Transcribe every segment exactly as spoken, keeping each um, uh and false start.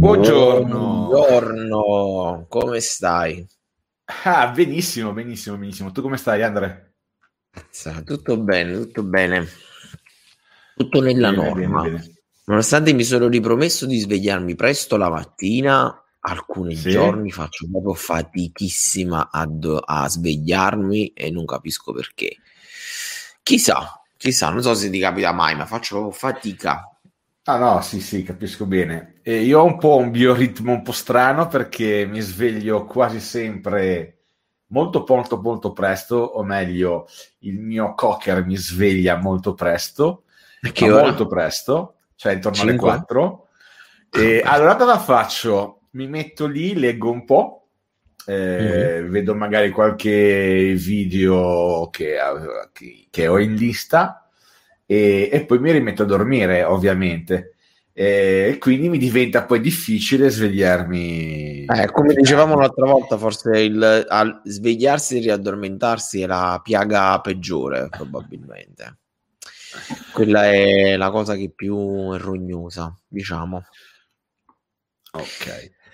Buongiorno. Buongiorno, come stai? Ah, benissimo, benissimo, benissimo. Tu come stai, Andre? Sa, Tutto bene, tutto bene, tutto nella Bene, bene, norma. bene. Nonostante mi sono ripromesso di svegliarmi presto la mattina, alcuni Sì? giorni faccio proprio fatichissima a, do- a svegliarmi e non capisco perché. Chissà, chissà, non so se ti capita mai, ma faccio proprio fatica. Ah no, sì, sì, capisco bene. E io ho un po' un bioritmo un po' strano perché mi sveglio quasi sempre molto, molto, molto presto, o meglio, il mio cocker mi sveglia molto presto, A ma che molto ora? presto, cioè intorno alle cinque? quattro. Ah, E beh. allora cosa faccio? Mi metto lì, leggo un po', Mhm. eh, vedo magari qualche video che, che- che ho in lista e, e poi mi rimetto a dormire, ovviamente. E quindi mi diventa poi difficile Eh, svegliarmi come più dicevamo tardi. l'altra volta, forse il al svegliarsi e riaddormentarsi è la piaga peggiore, probabilmente. Quella è la cosa che più è rognosa, diciamo. Ok.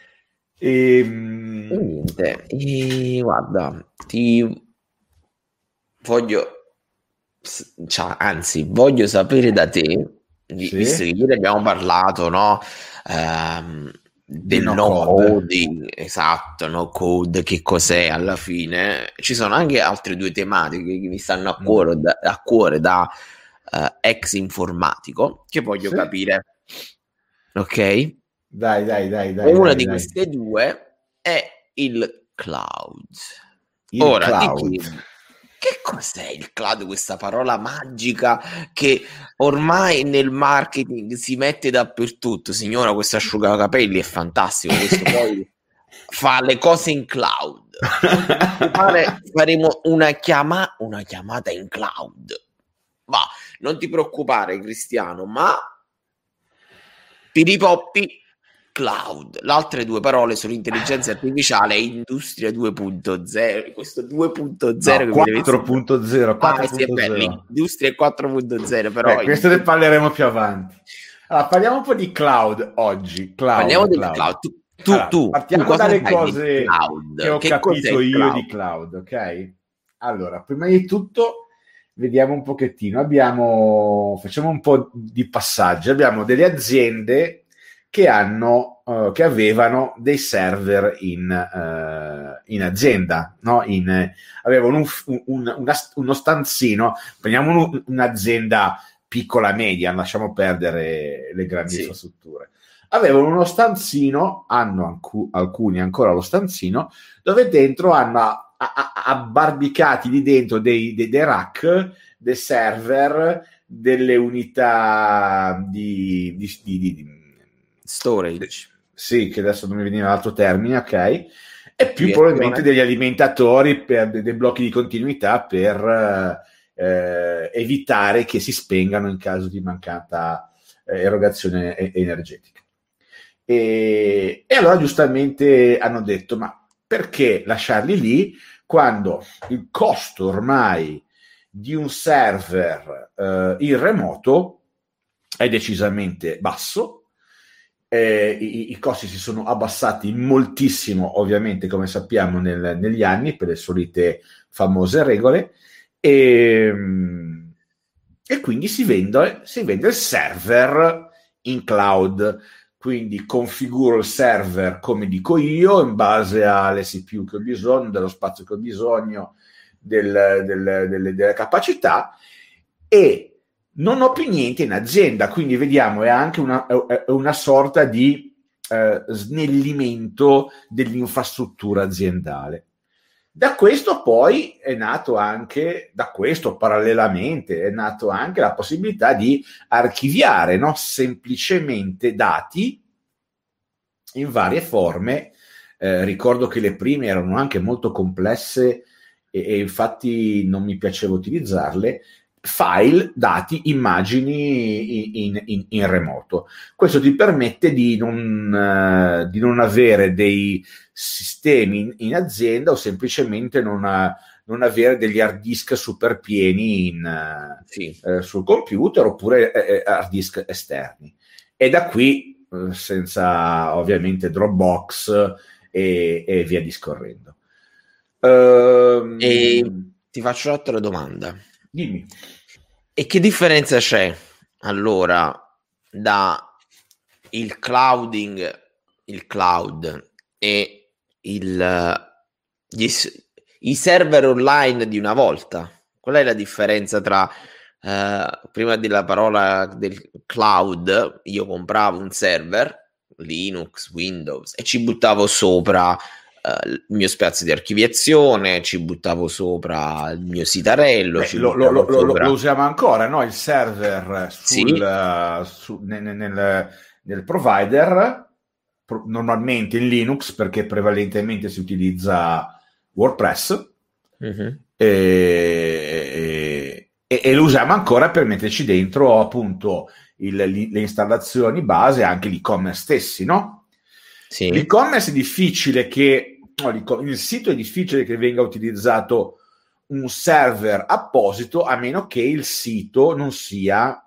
E Ehm, niente, e guarda, ti voglio, s- cioè, anzi, voglio sapere da te, vi- visto che sì, ieri abbiamo parlato, no? Ehm, di del no no code. coding, esatto, no code, che cos'è alla fine. Ci sono anche altre due tematiche che mi stanno a Mm. cuore da, a cuore da eh, ex informatico, che voglio Sì? capire, ok? Dai, dai, dai, dai, Una dai, di dai. queste due è il cloud. Il Ora ti cloud. chiedo, che cos'è il cloud, questa parola magica che ormai nel marketing si mette dappertutto? Signora, questo asciugacapelli è fantastico, questo poi fa le cose in cloud. Non ti preoccupare, faremo una, chiama- una chiamata in cloud. Ma non ti preoccupare, Cristiano, ma Piripoppi cloud. Le altre due parole sono intelligenza artificiale e industria due punto zero. Questo due punto zero No, che mi deve quattro sempre... punto zero, Ah, sì, è vero, quattro punto zero. l'industria è quattro punto zero, però Beh, questo ne industria... parleremo più avanti. Allora, parliamo un po' di cloud oggi. Parliamo Cloud, del cloud. cloud. Tu, tu, Allora, tu, tu partiamo cosa dalle sai del cose che cloud? ho Che cos'è capito il io di cloud? cloud, ok? Allora, prima di tutto, vediamo un pochettino. Abbiamo, facciamo un po' di passaggi. Abbiamo delle aziende che hanno, eh, che avevano dei server in, eh, in azienda, no? In, avevano un, un- una- uno stanzino. Prendiamo un- un'azienda piccola media, lasciamo perdere le grandi Sì. infrastrutture. Avevano uno stanzino, hanno ancu- alcuni ancora lo stanzino, dove dentro hanno a- a- abbarbicati di dentro dei, dei, dei rack, dei server, delle unità di, di, di, di, di Storage, sì, che adesso non mi veniva l'altro termine, ok? E più probabilmente archiviazione. degli alimentatori per dei, dei blocchi di continuità per eh, evitare che si spengano in caso di mancata eh, erogazione e- energetica. E, e allora giustamente hanno detto, ma perché lasciarli lì quando il costo ormai di un server eh, in remoto è decisamente basso, eh, i, i, costi si sono abbassati moltissimo, ovviamente, come sappiamo, nel, negli anni, per le solite famose regole, e, e quindi si vende, si vende il server in cloud. Quindi configuro il server come dico io, in base alle C P U che ho bisogno, dello spazio che ho bisogno, del, del, delle, delle capacità, e non ho più niente in azienda, quindi vediamo è anche una, è una sorta di eh, snellimento dell'infrastruttura aziendale. Da questo poi è nato anche, da questo parallelamente, è nato anche la possibilità di archiviare, no? Semplicemente dati in varie forme. Eh, ricordo che le prime erano anche molto complesse e, e infatti non mi piaceva utilizzarle, file, dati, immagini in, in, in remoto. Questo ti permette di non, uh, di non avere dei sistemi in, in azienda o semplicemente non, uh, non avere degli hard disk super pieni in, Sì. uh, sul computer oppure uh, hard disk esterni. E da qui senza ovviamente Dropbox e, e via discorrendo. Um, e ti faccio un'altra domanda. Dimmi. E che differenza c'è allora da il clouding, il cloud e il, gli, i server online di una volta? Qual è la differenza tra uh, prima della parola del cloud io compravo un server Linux, Windows e ci buttavo sopra uh, il mio spazio di archiviazione, ci buttavo sopra il mio sitarello. Beh, ci lo, lo, lo, sopra... lo usiamo ancora, no? Il server sul, sì. uh, su, nel, nel, nel provider, pro, normalmente in Linux, perché prevalentemente si utilizza WordPress, uh-huh. e, e, e lo usiamo ancora per metterci dentro appunto il, le installazioni base, anche l'e-commerce stessi, no? Sì. L'e-commerce è difficile che, no, il sito è difficile che venga utilizzato un server apposito, a meno che il sito non sia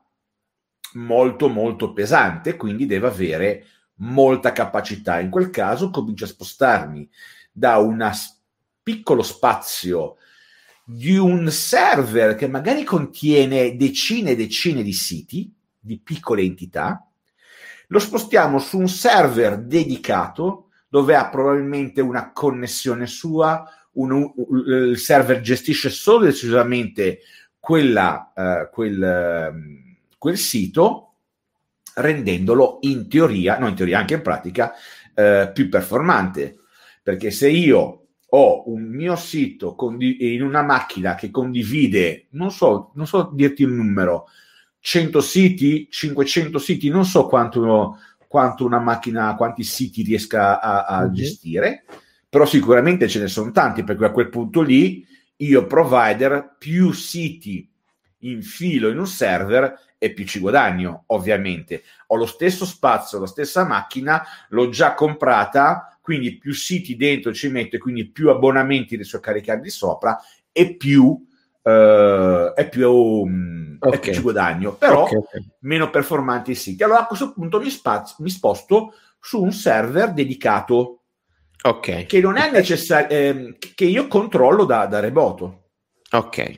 molto molto pesante, quindi deve avere molta capacità. In quel caso comincio a spostarmi da un piccolo spazio di un server che magari contiene decine e decine di siti, di piccole entità, lo spostiamo su un server dedicato dove ha probabilmente una connessione sua, un, un, il server gestisce solo ed esclusivamente quella, uh, quel, uh, quel sito, rendendolo in teoria, no in teoria anche in pratica, uh, più performante. Perché se io ho un mio sito condiv- in una macchina che condivide, non so, non so dirti il numero, cento siti, cinquecento siti, non so quanto, quanto una macchina, quanti siti riesca a, a mm-hmm. gestire, però sicuramente ce ne sono tanti, perché a quel punto lì io provider più siti infilo in un server e più ci guadagno, ovviamente. Ho lo stesso spazio, la stessa macchina, l'ho già comprata, quindi più siti dentro ci metto, quindi più abbonamenti riesco a caricare di sopra e più Uh, è più, um, okay. è più ci guadagno, però okay, okay. meno performanti i siti. Allora a questo punto mi, spaz- mi sposto su un server dedicato, okay. che non è necessario, eh, che io controllo da, da remoto. Ok.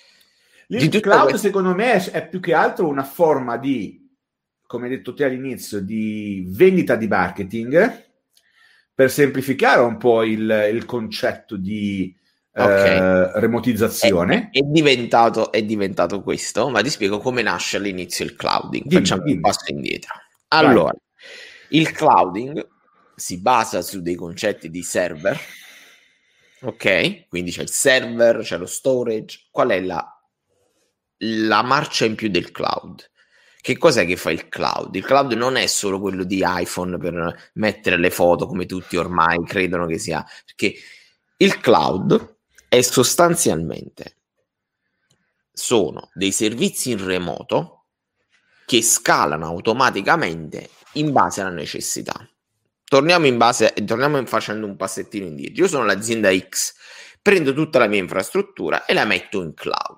Il cloud questo... secondo me è, è più che altro una forma di, come hai detto te all'inizio, di vendita di marketing, per semplificare un po' il, il concetto di Okay. Uh, remotizzazione. È, è, diventato, è diventato questo, ma ti spiego come nasce all'inizio il clouding. Dimmi, Facciamo dimmi. un passo indietro. Allora, Vai. il clouding si basa su dei concetti di server, ok? Quindi c'è il server, c'è lo storage. Qual è la, la marcia in più del cloud? Che cos'è che fa il cloud? Il cloud non è solo quello di iPhone per mettere le foto, come tutti ormai credono che sia, perché il cloud è sostanzialmente sono dei servizi in remoto che scalano automaticamente in base alla necessità. Torniamo in base, torniamo facendo un passettino indietro. Io sono l'azienda X, prendo tutta la mia infrastruttura e la metto in cloud.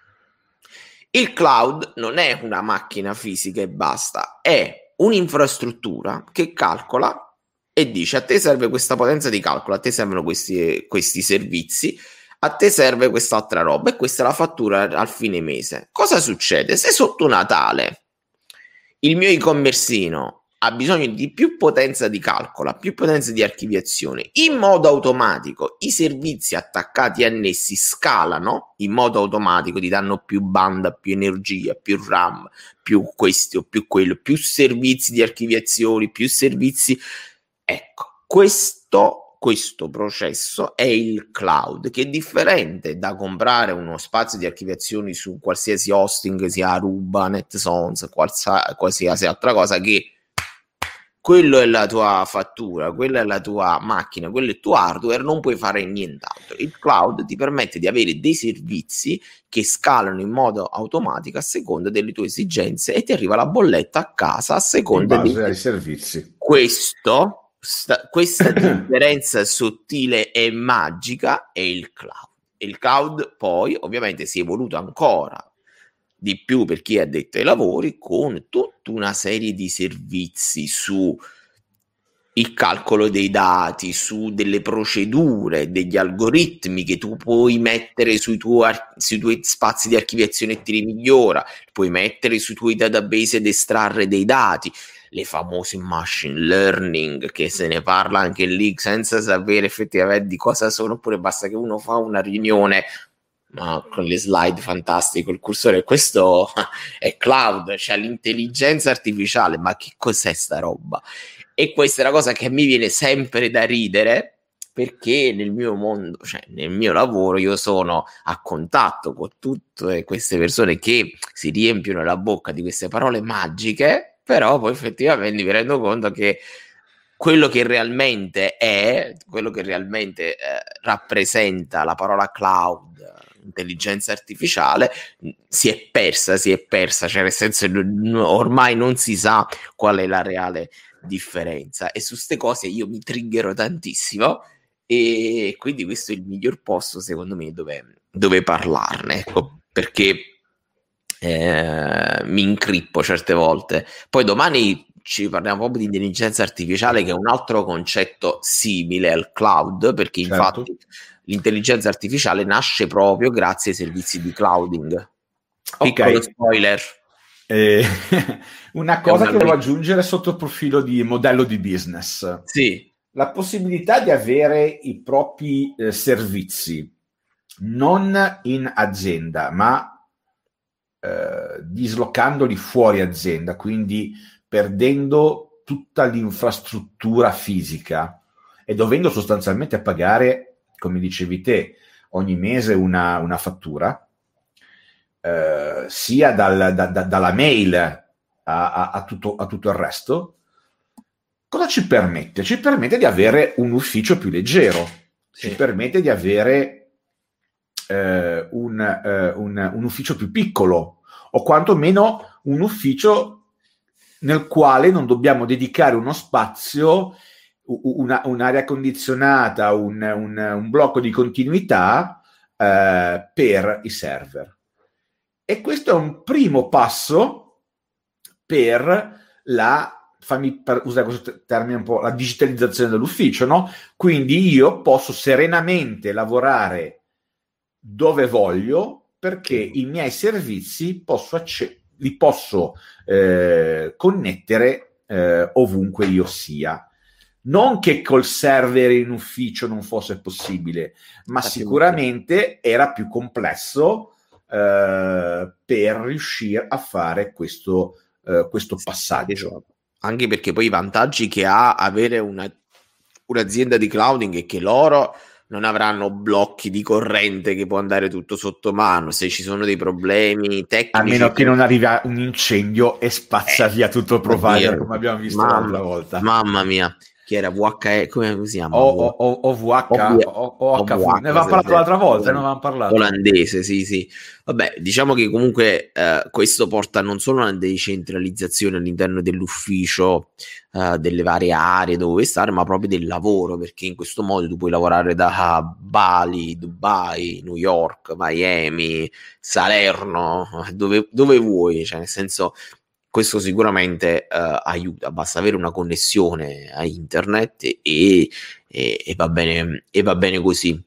Il cloud non è una macchina fisica e basta, è un'infrastruttura che calcola e dice: a te serve questa potenza di calcolo, a te servono questi, questi servizi, a te serve quest'altra roba, e questa è la fattura al fine mese. Cosa succede? Se sotto Natale il mio e-commercino ha bisogno di più potenza di calcolo, più potenza di archiviazione, in modo automatico i servizi attaccati annessi scalano in modo automatico, ti danno più banda, più energia, più RAM, più questo, più quello, più servizi di archiviazione, più servizi. Ecco, questo Questo processo è il cloud, che è differente da comprare uno spazio di archiviazioni su qualsiasi hosting, sia Aruba, NetSons, qualsiasi altra cosa, che quello è la tua fattura, quella è la tua macchina, quello è il tuo hardware, non puoi fare nient'altro. Il cloud ti permette di avere dei servizi che scalano in modo automatico a seconda delle tue esigenze e ti arriva la bolletta a casa a seconda in base dei ai servizi. Questo Sta, questa differenza sottile e magica è il cloud. Il cloud poi ovviamente si è evoluto ancora di più per chi è addetto ai lavori, con tutta una serie di servizi su il calcolo dei dati, su delle procedure, degli algoritmi che tu puoi mettere sui tuoi, sui tuoi spazi di archiviazione e te li migliora, puoi mettere sui tuoi database ed estrarre dei dati, le famose machine learning, che se ne parla anche lì senza sapere effettivamente di cosa sono, oppure basta che uno fa una riunione ma con le slide fantastiche, il cursore, questo è cloud, c'è l'intelligenza artificiale, ma che cos'è sta roba? E questa è la cosa che mi viene sempre da ridere, perché nel mio mondo, cioè nel mio lavoro, io sono a contatto con tutte queste persone che si riempiono la bocca di queste parole magiche, però poi effettivamente mi rendo conto che quello che realmente è, quello che realmente eh, rappresenta la parola cloud, intelligenza artificiale, si è persa, si è persa, cioè nel senso ormai non si sa qual è la reale differenza, e su ste cose io mi triggerò tantissimo, e quindi questo è il miglior posto secondo me dove, dove parlarne, ecco, perché eh, mi incrippo certe volte. Poi domani ci parliamo proprio di intelligenza artificiale, che è un altro concetto simile al cloud, perché Certo. infatti l'intelligenza artificiale nasce proprio grazie ai servizi di clouding. Piccolo okay. spoiler. Eh, una cosa che volevo aggiungere sotto il profilo di modello di business. Sì. La possibilità di avere i propri eh, servizi non in azienda, ma eh, dislocandoli fuori azienda, quindi perdendo tutta l'infrastruttura fisica e dovendo sostanzialmente pagare, come dicevi te, ogni mese una, una fattura, eh, sia dal, da, da, dalla mail a, a, a, tutto, a tutto il resto. Cosa ci permette? Ci permette di avere un ufficio più leggero, sì. Ci permette di avere eh, un, eh, un, un ufficio più piccolo, o quantomeno un ufficio nel quale non dobbiamo dedicare uno spazio, una, un'aria condizionata, un, un, un blocco di continuità eh, per i server. E questo è un primo passo per la, fammi per usare questo termine un po', la digitalizzazione dell'ufficio, no? Quindi io posso serenamente lavorare dove voglio, perché i miei servizi posso acce- li posso eh, connettere eh, ovunque io sia. Non che col server in ufficio non fosse possibile, ma sicuramente era più complesso eh, per riuscire a fare questo, eh, questo passaggio. Anche perché poi i vantaggi che ha avere una, un'azienda di clouding è che loro non avranno blocchi di corrente che può andare tutto sotto mano, se ci sono dei problemi tecnici, a meno che non arriva un incendio e spazza eh, via tutto il provider, come abbiamo visto mamma, l'altra volta. Mamma mia, che era V H E, come si chiama? O, o, o, o V H, o, o H V, ne avevamo parlato l'altra volta, ne avevamo parlato. Olandese, sì, sì. Vabbè, diciamo che comunque eh, questo porta non solo a una decentralizzazione all'interno dell'ufficio, eh, delle varie aree dove vuoi stare, ma proprio del lavoro, perché in questo modo tu puoi lavorare da Bali, Dubai, New York, Miami, Salerno, dove, dove vuoi, cioè nel senso... Questo sicuramente uh, aiuta, basta avere una connessione a internet e, e, e, va, bene, e va bene così.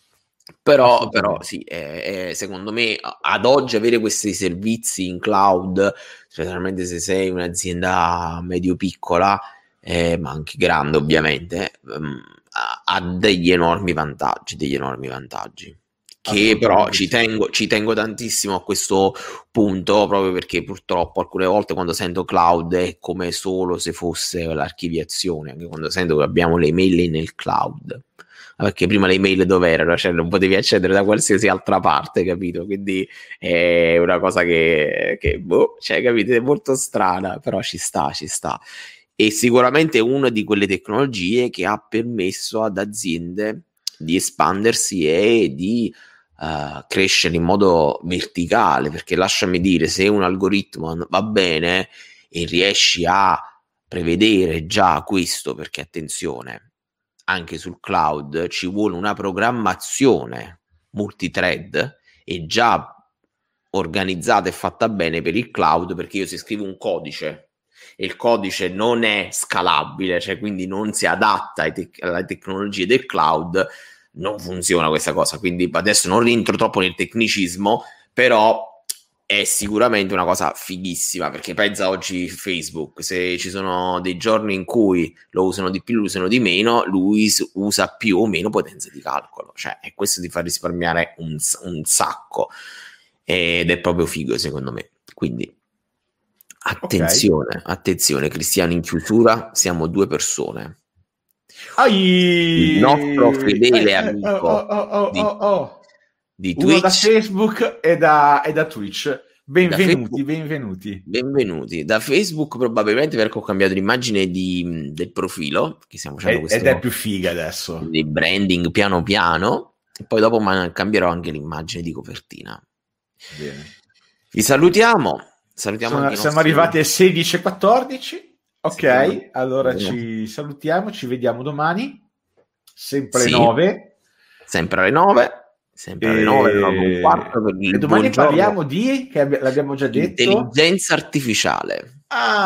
Però, però sì, è, è, secondo me ad oggi avere questi servizi in cloud, specialmente se sei un'azienda medio-piccola, eh, ma anche grande ovviamente, um, ha, ha degli enormi vantaggi, degli enormi vantaggi. Che però ci tengo, ci tengo tantissimo a questo punto, proprio perché purtroppo alcune volte quando sento cloud è come solo se fosse l'archiviazione, anche quando sento che abbiamo le email nel cloud, perché prima le email dove erano? Cioè non potevi accedere da qualsiasi altra parte, capito? Quindi è una cosa che, che boh, cioè capite, è molto strana, però ci sta, ci sta. E sicuramente è una di quelle tecnologie che ha permesso ad aziende di espandersi e di Uh, crescere in modo verticale, perché lasciami dire, se un algoritmo va bene e riesci a prevedere già questo, perché attenzione, anche sul cloud ci vuole una programmazione multithread e già organizzata e fatta bene per il cloud, perché io se scrivo un codice e il codice non è scalabile, cioè quindi non si adatta ai te- alle tecnologie del cloud, non funziona questa cosa. Quindi adesso non rientro troppo nel tecnicismo, però è sicuramente una cosa fighissima, perché pensa oggi Facebook, se ci sono dei giorni in cui lo usano di più, lo usano di meno, lui usa più o meno potenza di calcolo, cioè e questo ti fa risparmiare un, un sacco, ed è proprio figo secondo me. Quindi attenzione, okay. attenzione Cristiano, in chiusura siamo due persone. Ai... Il nostro fedele eh, amico oh, oh, oh, di, oh, oh. di Uno Twitch, da Facebook e da, e da Twitch. Benvenuti, da Facebook, benvenuti. Benvenuti. Da Facebook probabilmente perché ho cambiato l'immagine di, del profilo, che stiamo facendo Ed, questo, ed è più figa adesso. Di branding piano piano, e poi dopo man- cambierò anche l'immagine di copertina. Bene. Vi salutiamo. Salutiamo Sono, anche siamo nostri... arrivati alle sedici e quattordici. Ok, sì, allora sì. ci salutiamo, ci vediamo domani, sempre sì. alle nove. Sempre alle nove. Sempre alle nove, e... quarto per il e domani buongiorno. Parliamo di, che abbi- l'abbiamo già detto, intelligenza artificiale.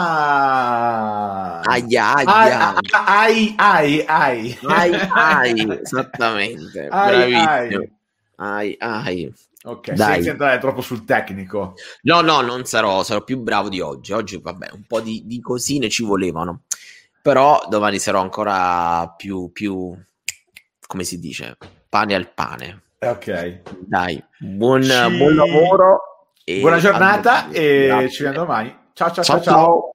Ah, aia, aia. ai, ai, ai, ai, ai, esattamente, ai, bravissimo. Ai, ai. Ok, Dai. senza entrare troppo sul tecnico. No, no, non sarò, sarò più bravo di oggi. Oggi, vabbè, un po' di, di cosine ci volevano, però domani sarò ancora più, più, come si dice, pane al pane. Ok, dai, buon, ci... buon lavoro, e buona giornata e grazie. Ci vediamo domani. Ciao ciao ciao ciao. ciao.